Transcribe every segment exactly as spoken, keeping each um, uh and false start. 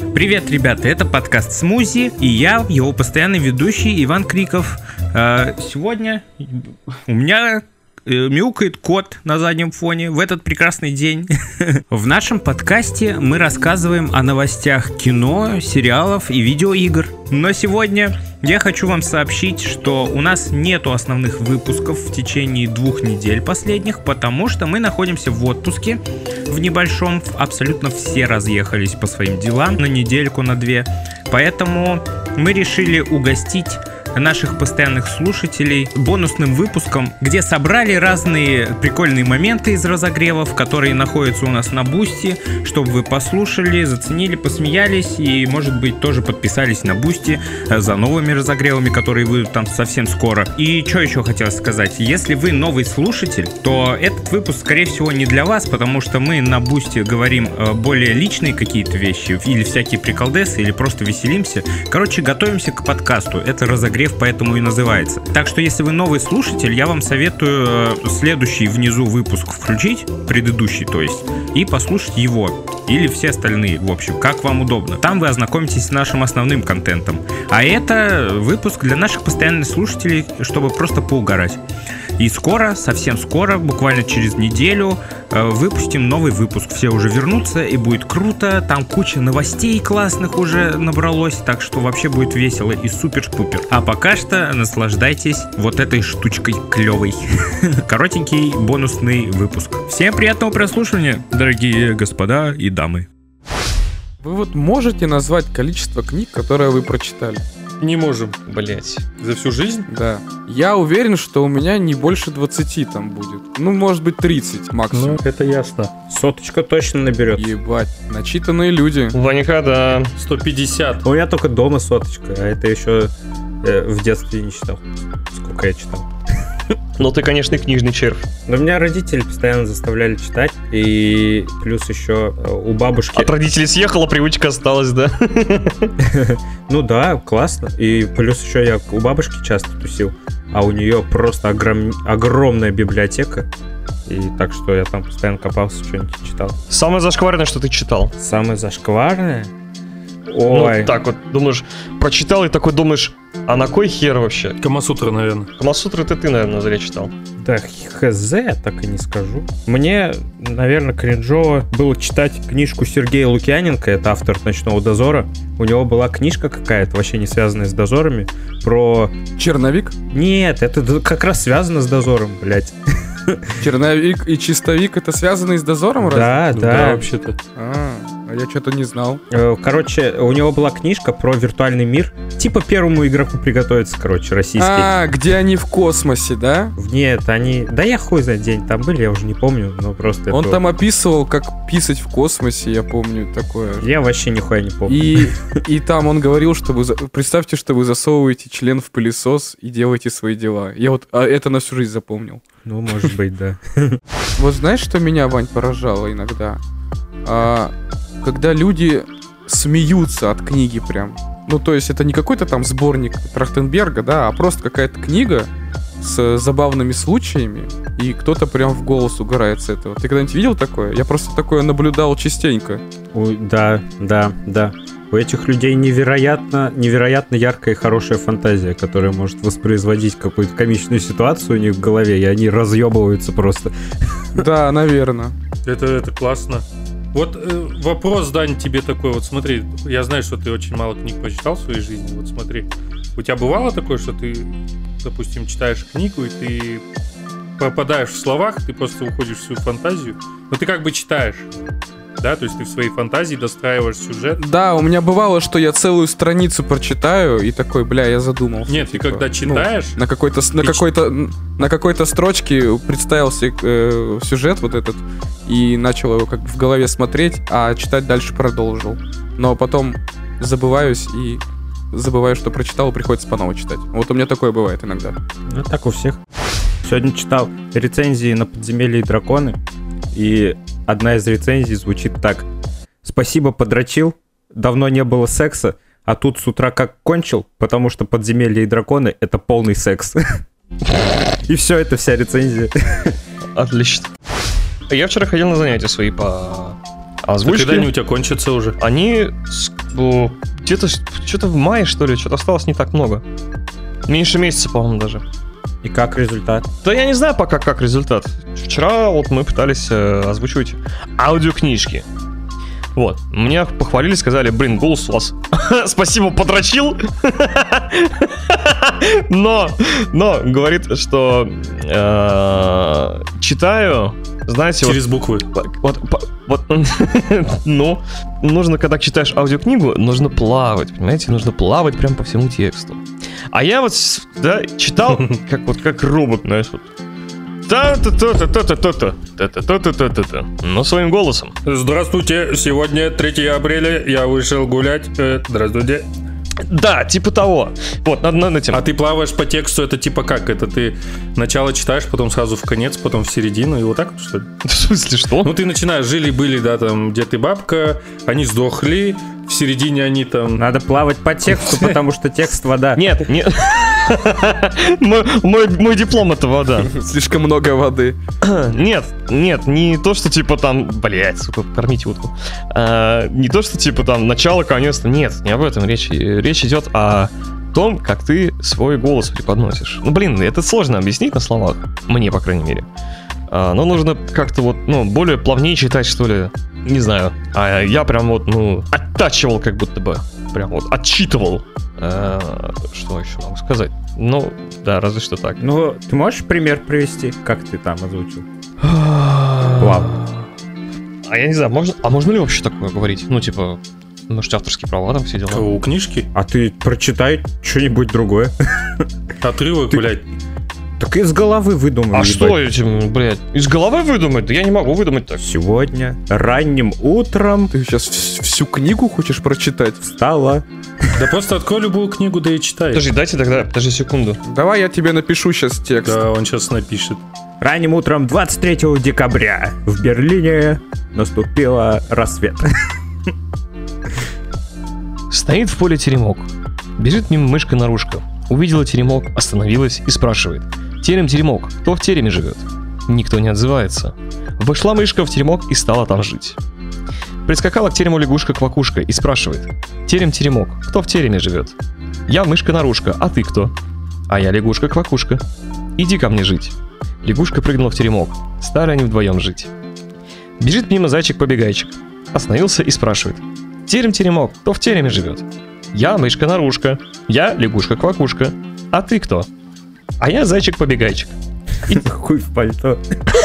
Привет, ребята, это подкаст «Смузи», и я, его постоянный ведущий Иван Криков. Сегодня у меня мяукает кот на заднем фоне в этот прекрасный день. В нашем подкасте мы рассказываем о новостях кино, сериалов и видеоигр. Но сегодня я хочу вам сообщить, что у нас нету основных выпусков в течение двух недель последних, потому что мы находимся в отпуске в небольшом, абсолютно все разъехались по своим делам на недельку, на две. Поэтому мы решили угостить наших постоянных слушателей бонусным выпуском, где собрали разные прикольные моменты из разогревов, которые находятся у нас на Бусти, чтобы вы послушали, заценили, посмеялись и, может быть, тоже подписались на Бусти за новыми разогревами, которые выйдут там совсем скоро. И что еще хотелось сказать? Если вы новый слушатель, то этот выпуск, скорее всего, не для вас, потому что мы на Бусти говорим более личные какие-то вещи, или всякие приколдесы, или просто веселимся. Короче, готовимся к подкасту. Это разогрев, поэтому и называется. Так что, если вы новый слушатель, я вам советую следующий внизу выпуск включить, предыдущий, то есть, и послушать его. Или все остальные, в общем, как вам удобно. Там вы ознакомитесь с нашим основным контентом. А это выпуск для наших постоянных слушателей, чтобы просто поугарать. И скоро, совсем скоро, буквально через неделю, выпустим новый выпуск. Все уже вернутся, и будет круто. Там куча новостей классных уже набралось, так что вообще будет весело и супер-пупер. А пока что наслаждайтесь вот этой штучкой клевой. Коротенький бонусный выпуск. Всем приятного прослушивания, дорогие господа и дамы. Вы вот можете назвать количество книг, которые вы прочитали? Не можем. Блять. За всю жизнь? Да. Я уверен, что у меня не больше двадцати там будет. Ну, может быть, тридцать максимум. Ну, это ясно. Соточка точно наберет. Ебать, начитанные люди. Ванька, да. сто пятьдесят. У меня только дома соточка, а это еще э, в детстве не читал. Сколько я читал. Ну ты, конечно, и книжный червь. Но меня родители постоянно заставляли читать. И плюс еще у бабушки... От родителей съехала, привычка осталась, да? Ну да, классно. И плюс еще я у бабушки часто тусил. А у нее просто огром... огромная библиотека. И так что я там постоянно копался, что-нибудь читал. Самое зашкварное, что ты читал? Самое зашкварное? Ой. Ну, так вот, думаешь, прочитал и такой думаешь, а на кой хер вообще? Камасутра, наверное. Камасутра это ты, наверное, зря читал. Да хз, я так и не скажу. Мне, наверное, кринжово было читать книжку Сергея Лукьяненко, это автор «Ночного дозора». У него была книжка какая-то, вообще не связанная с дозорами, про... Черновик? Нет, это как раз связано с дозором, блядь. Черновик и чистовик это связано с дозором? Да, разве? да. Да, вообще-то. А, а я что-то не знал. Короче, у него была книжка про виртуальный мир. Типа первому игроку приготовиться, короче, российский. А, где они в космосе, да? Нет, они... Да я хуй знает, день там были, я уже не помню, но просто... Он это... там описывал, как писать в космосе, я помню такое. Я вообще нихуя не помню. И, и там он говорил, что вы... Представьте, что вы засовываете член в пылесос и делаете свои дела. Я вот а это на всю жизнь запомнил. Ну, может быть, да. Вот знаешь, что меня, Вань, поражало иногда? А, когда люди смеются от книги прям. Ну, то есть это не какой-то там сборник Трахтенберга, да, а просто какая-то книга с забавными случаями, и кто-то прям в голос угорает с этого. Ты когда-нибудь видел такое? Я просто такое наблюдал частенько. Ой, да, да, да. У этих людей невероятно, невероятно яркая и хорошая фантазия, которая может воспроизводить какую-то комичную ситуацию у них в голове, и они разъебываются просто. Да, наверное. Это, это классно. Вот э, вопрос, Дань, тебе такой. Вот смотри, я знаю, что ты очень мало книг прочитал в своей жизни. Вот смотри, у тебя бывало такое, что ты, допустим, читаешь книгу, и ты пропадаешь в словах, ты просто уходишь в свою фантазию, но ты как бы читаешь. Да, то есть ты в своей фантазии достраиваешь сюжет. Да, у меня бывало, что я целую страницу прочитаю и такой, бля, я задумался. Нет, типа, ты когда читаешь... Ну, на какой-то, на, ты какой-то, на какой-то строчке представил себе э, сюжет вот этот и начал его как бы в голове смотреть, а читать дальше продолжил. Но потом забываюсь и забываю, что прочитал, и приходится по новой читать. Вот у меня такое бывает иногда. Ну, так у всех. Сегодня читал рецензии на «Подземелье и драконы», и одна из рецензий звучит так. «Спасибо, подрочил. Давно не было секса, а тут с утра как кончил, потому что «Подземелье и драконы» — это полный секс». И все, это вся рецензия. Отлично. Я вчера ходил на занятия свои по озвучке. А когда они у тебя кончатся уже? Они ну, где-то что-то в мае, что ли, что-то осталось не так много. Меньше месяца, по-моему, даже. И как результат? Да я не знаю пока, как результат. Вчера вот мы пытались э, озвучивать аудиокнижки. Вот. Меня похвалили, сказали, блин, голос у вас спасибо, подрочил. Но, но, говорит, что э, читаю, знаете... Через вот, буквы. Вот, вот, ну, нужно, когда читаешь аудиокнигу, нужно плавать, понимаете? Нужно плавать прям по всему тексту. А я вот, да, читал, как вот как робот, знаешь, вот. Та-та-та-та-та-та-та-та. Та-та-та-та-та-та. Но своим голосом. Здравствуйте, сегодня третьего апреля, я вышел гулять. Э, здравствуйте. Да, типа того. Вот, над, над этим. А ты плаваешь по тексту, это типа как? Это ты начало читаешь, потом сразу в конец, потом в середину, и вот так вот, что ли? В смысле, что? Ну, ты начинаешь, жили-были, да, там, дед и бабка, они сдохли, в середине они там... Надо плавать по тексту, потому что текст вода. Нет, нет. Мой, мой, мой диплом — это вода. Слишком много воды. Нет, нет, не то, что типа там, блять, сука, кормите утку. А, не то, что типа там начало, конец. Нет, не об этом речь. Речь идет о том, как ты свой голос преподносишь. Ну, блин, это сложно объяснить на словах. Мне, по крайней мере. А, но нужно как-то вот, ну, более плавнее читать, что ли. Не знаю. А я прям вот, ну, оттачивал как будто бы. Прям вот отчитывал. А, что еще могу сказать? Ну, да, разве что так. Ну, ты можешь пример привести, как ты там озвучил? Плавно. А я не знаю, можно, а можно ли вообще такое говорить? Ну, типа, может, авторские права там все дела? У книжки? А ты прочитай что-нибудь другое. Отрывок, Ты- блядь. Так из головы выдумай. А ебать. что этим, блядь, из головы выдумать? Да я не могу выдумать так. Сегодня ранним утром Ты сейчас всю книгу хочешь прочитать? встала. Да просто открой любую книгу, да и читай. Подожди, дайте тогда, подожди секунду. Давай я тебе напишу сейчас текст. Да, он сейчас напишет. Ранним утром двадцать третьего декабря в Берлине наступила рассвет. Стоит в поле теремок. Бежит мимо мышка-нарушка. Увидела теремок, остановилась и спрашивает. Терем-теремок, кто в тереме живет? Никто не отзывается. Вошла мышка в теремок и стала там жить. Прискакала к терему лягушка-квакушка и спрашивает. Терем-теремок, кто в тереме живет? Я мышка-нарушка, а ты кто? А я лягушка-квакушка. Иди ко мне жить. Лягушка прыгнула в теремок. Стали они вдвоем жить. Бежит мимо зайчик-побегайчик. Остановился и спрашивает. Терем-теремок, кто в тереме живет? Я мышка-нарушка. Я лягушка-квакушка. А ты кто? А я зайчик-побегайчик. Хуй в пальто.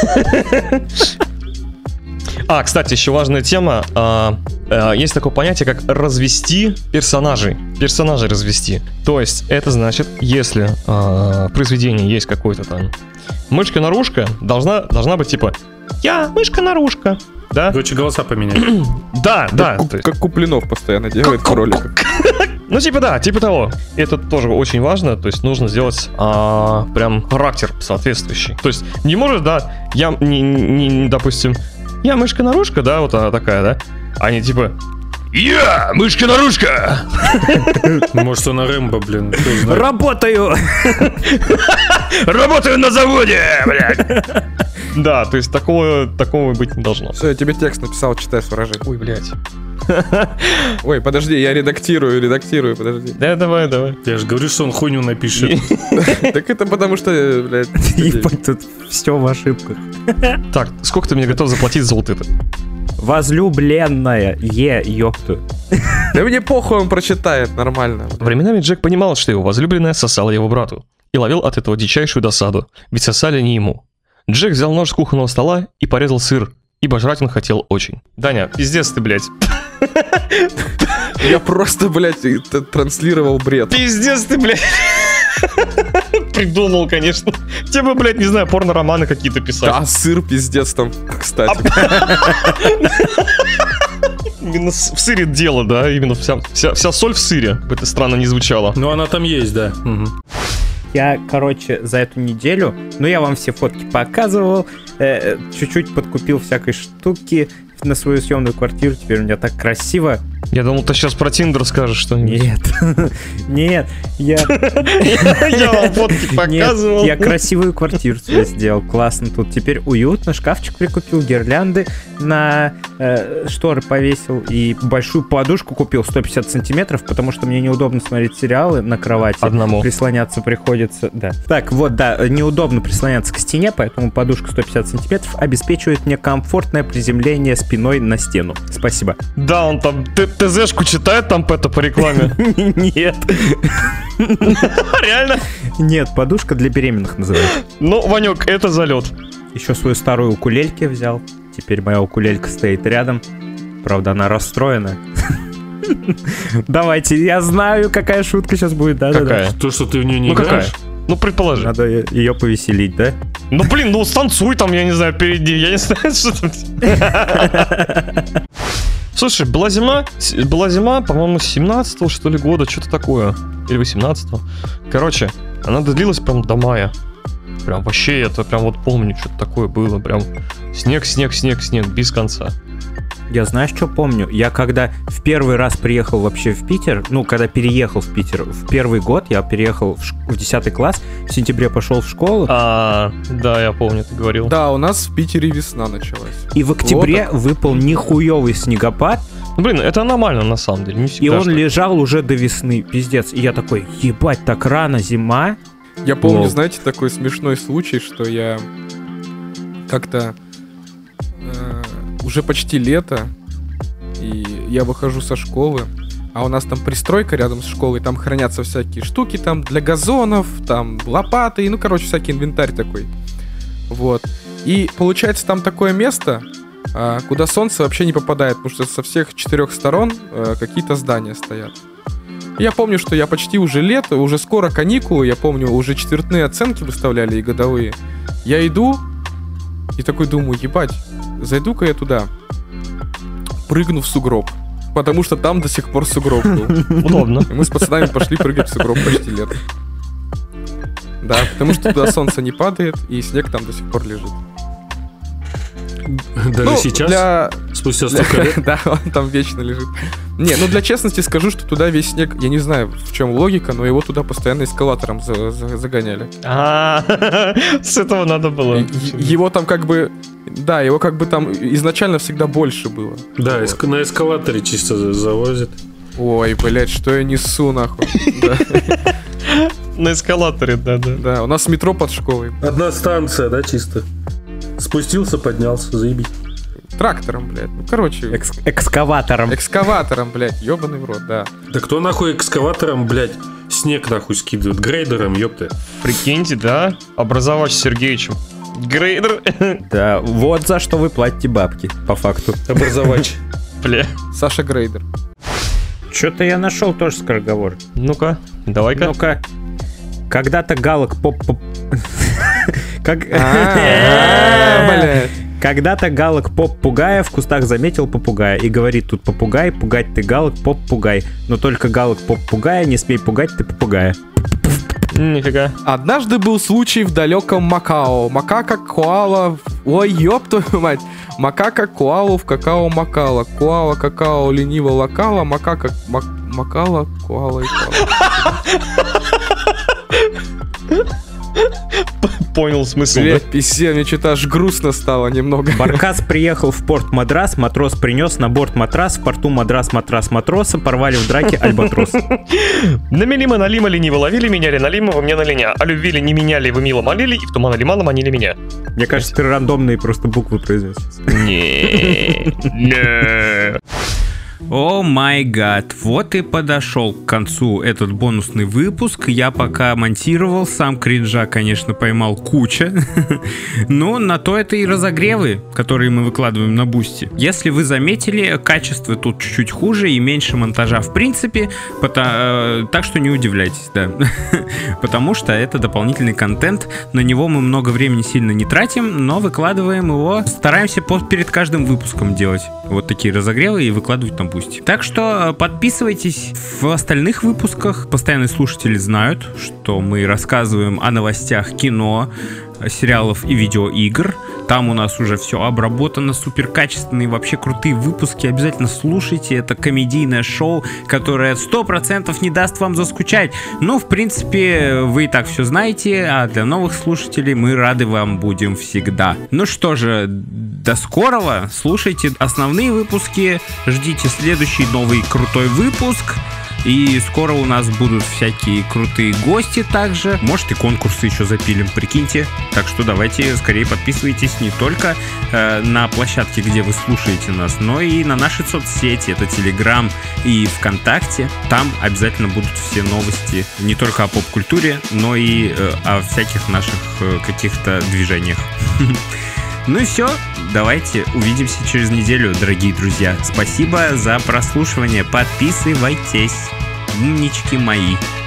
А, кстати, еще важная тема. А, а, есть такое понятие, как развести персонажей. Персонажей развести. То есть, это значит, если а, в произведении есть какой-то там мышка-нарушка, должна, должна быть типа «Я мышка-нарушка». Да? Короче, голоса поменять. Да, да. Ку- то есть- Как Куплинов постоянно делает в роликах. Ну, типа да, типа того. Это тоже очень важно, то есть нужно сделать а, прям характер соответствующий. То есть не может, да, я, не, не- не, допустим, я мышка-нарушка, да, вот она такая, да, а не типа я мышка-нарушка! Может, он на Рэмбо, блин. кто знает. Работаю! Работаю на заводе, блядь! Да, то есть такого, такого быть не должно. Все, я тебе текст написал, читай с выражением. Ой, блядь. Ой, подожди, я редактирую, редактирую, подожди. Да, давай, давай. Я же говорю, что он хуйню напишет. Так это потому что, блядь... Ебать, тут все в ошибках. Так, сколько ты мне готов заплатить за вот это? Возлюбленная, е, ёпту. Да мне похуй, он прочитает, нормально. Временами Джек понимал, что его возлюбленная сосала его брату, и ловил от этого дичайшую досаду, ведь сосали не ему. Джек взял нож с кухонного стола и порезал сыр, ибо жрать он хотел очень. Даня, пиздец ты, блядь. Я просто, блядь, т- транслировал бред. Пиздец ты, блядь. Придумал, конечно. Тебе бы, блядь, не знаю, порно-романы какие-то писать. Да, сыр пиздец там, кстати. Именно с- в сыре дело, да? Именно вся, вся, вся соль в сыре. Как бы это странно не звучало. Ну, она там есть, да. Мгм. Я, короче, за эту неделю, ну, я вам все фотки показывал, э, чуть-чуть подкупил всякой штуки на свою съемную квартиру, теперь у меня так красиво. Я думал, ты сейчас про Тиндер скажешь что-нибудь. Нет, нет, я... Я вам фотки показывал. Я красивую квартиру себе сделал, классно тут. Теперь уютно, шкафчик прикупил, гирлянды на э, шторы повесил и большую подушку купил сто пятьдесят сантиметров, потому что мне неудобно смотреть сериалы на кровати. Одному. Прислоняться приходится, да. Так, вот, да, неудобно прислоняться к стене, поэтому подушка сто пятьдесят сантиметров обеспечивает мне комфортное приземление спиной на стену. Спасибо. Да, он там ТЗшку читает там это по рекламе. Нет. Реально? Нет, подушка для беременных называется. Ну, Ванек, это залет. Еще свою старую укулельку взял. Теперь моя укулелька стоит рядом. Правда, она расстроена. Давайте, я знаю, какая шутка сейчас будет. Да, какая? Да, то, что ты в нее не ну, играешь? Какая? Ну, предположи. Надо ее повеселить, да? Ну, блин, ну станцуй там, я не знаю, впереди. Я не знаю, что там. Слушай, была зима, была зима, по-моему, семнадцатого, что ли, года, что-то такое. Или восемнадцатого. Короче, она длилась прям до мая. Прям вообще, это прям вот помню, что-то такое было. Прям снег, снег, снег, снег, без конца. Я знаешь, что помню? Я когда в первый раз приехал вообще в Питер, ну, когда переехал в Питер, в первый год я переехал в, ш... в десятый класс, в сентябре пошел в школу. А, да, я помню, ты говорил. Да, у нас в Питере весна началась. И в октябре вот выпал нихуевый снегопад. Ну, блин, это нормально, на самом деле, не всегда. И он что... лежал уже до весны, пиздец. И я такой, ебать, так рано зима. Я помню, Лол. знаете, такой смешной случай, что я как-то э, уже почти лето, и я выхожу со школы, а у нас там пристройка рядом с школой, там хранятся всякие штуки там для газонов, там лопаты, ну, короче, всякий инвентарь такой. Вот. И получается там такое место, э, куда солнце вообще не попадает, потому что со всех четырех сторон э, какие-то здания стоят. Я помню, что я почти уже лето, уже скоро каникулы, я помню, уже четвертные оценки выставляли и годовые. Я иду и такой думаю, ебать, зайду-ка я туда, прыгну в сугроб, потому что там до сих пор сугроб был. Удобно. И мы с пацанами пошли прыгать в сугроб почти лето. Да, потому что туда солнце не падает, и снег там до сих пор лежит. Даже Ну, сейчас? для- Спустя Для- столько лет? Да, он там вечно лежит. Не, ну для честности скажу, что туда весь снег, я не знаю, в чем логика, но его туда постоянно эскалатором за- за- загоняли. А, с этого надо было. И- Его там как бы, да, его как бы там изначально всегда больше было. Да, Вот. эск- на эскалаторе чисто за- завозят. Ой, блядь, что я несу нахуй. Да, На эскалаторе, да-да. да, у нас метро под школой. Одна станция, да, чисто? Спустился, поднялся, заебись. Трактором, блядь. Ну, короче, Экс- экскаватором. экскаватором, блядь, ебаный в рот, да. Да кто нахуй экскаватором, блядь, снег нахуй скидывает? Грейдером, ёпты. Прикиньте, да? Образовач Сергеевичем. Грейдер. Да, вот за что вы платите бабки, по факту. Образовач. Бля. Саша Грейдер. Что-то я нашел тоже скороговорок. Ну-ка, давай-ка. Ну-ка. Когда-то галок поп... поп- Как... А, блядь. Когда-то галок поп-пугая в кустах заметил попугая и говорит тут попугай, пугать ты галок поп-пугай, но только галок поп-пугая, не смей пугать ты попугая. Нифига. Однажды был случай в далеком Макао. Макака коала... в- Ой, ёб твою мать. Макака коалу в какао макала. Коала какао лениво локала. Макака... мак- Макала, коала и коала. Понял смысл, да? Блять, пиздец, мне что-то аж грустно стало немного. Баркас приехал в порт Мадрас, матрос принес на борт матрас, в порту мадрас, матрас, матроса, порвали в драке альбатрос. На мелима налима лениво ловили, меняли налима, вы мне на линя. А любили, не меняли, вы мило молили, и в туман или мало манили меня. Мне кажется, ты рандомные просто буквы произнес. Не, не. О май гад, вот и подошел к концу этот бонусный выпуск. Я пока монтировал, сам кринжа, конечно, поймал куча. Но на то это и разогревы, которые мы выкладываем на Бусти. Если вы заметили, качество тут чуть-чуть хуже и меньше монтажа в принципе, пота- э, так что не удивляйтесь, да. Потому что это дополнительный контент, на него мы много времени сильно не тратим, но выкладываем его, стараемся по- перед каждым выпуском делать вот такие разогревы и выкладывать на Бусти. Так что подписывайтесь в остальных выпусках. Постоянные слушатели знают, что мы рассказываем о новостях кино, сериалов и видеоигр. Там у нас уже все обработано, супер качественные, вообще крутые выпуски. Обязательно слушайте. Это комедийное шоу, которое сто процентов не даст вам заскучать. Ну, в принципе, вы и так все знаете, а для новых слушателей мы рады вам будем всегда. Ну что же, до скорого. Слушайте основные выпуски, ждите следующий новый крутой выпуск. И скоро у нас будут всякие крутые гости также. Может, и конкурсы еще запилим, прикиньте. Так что давайте скорее подписывайтесь не только э, на площадке, где вы слушаете нас, но и на наши соцсети. Это Telegram и ВКонтакте. Там обязательно будут все новости не только о поп-культуре, но и э, о всяких наших э, каких-то движениях. Ну и все, давайте увидимся через неделю, дорогие друзья. Спасибо за прослушивание, подписывайтесь, умнички мои.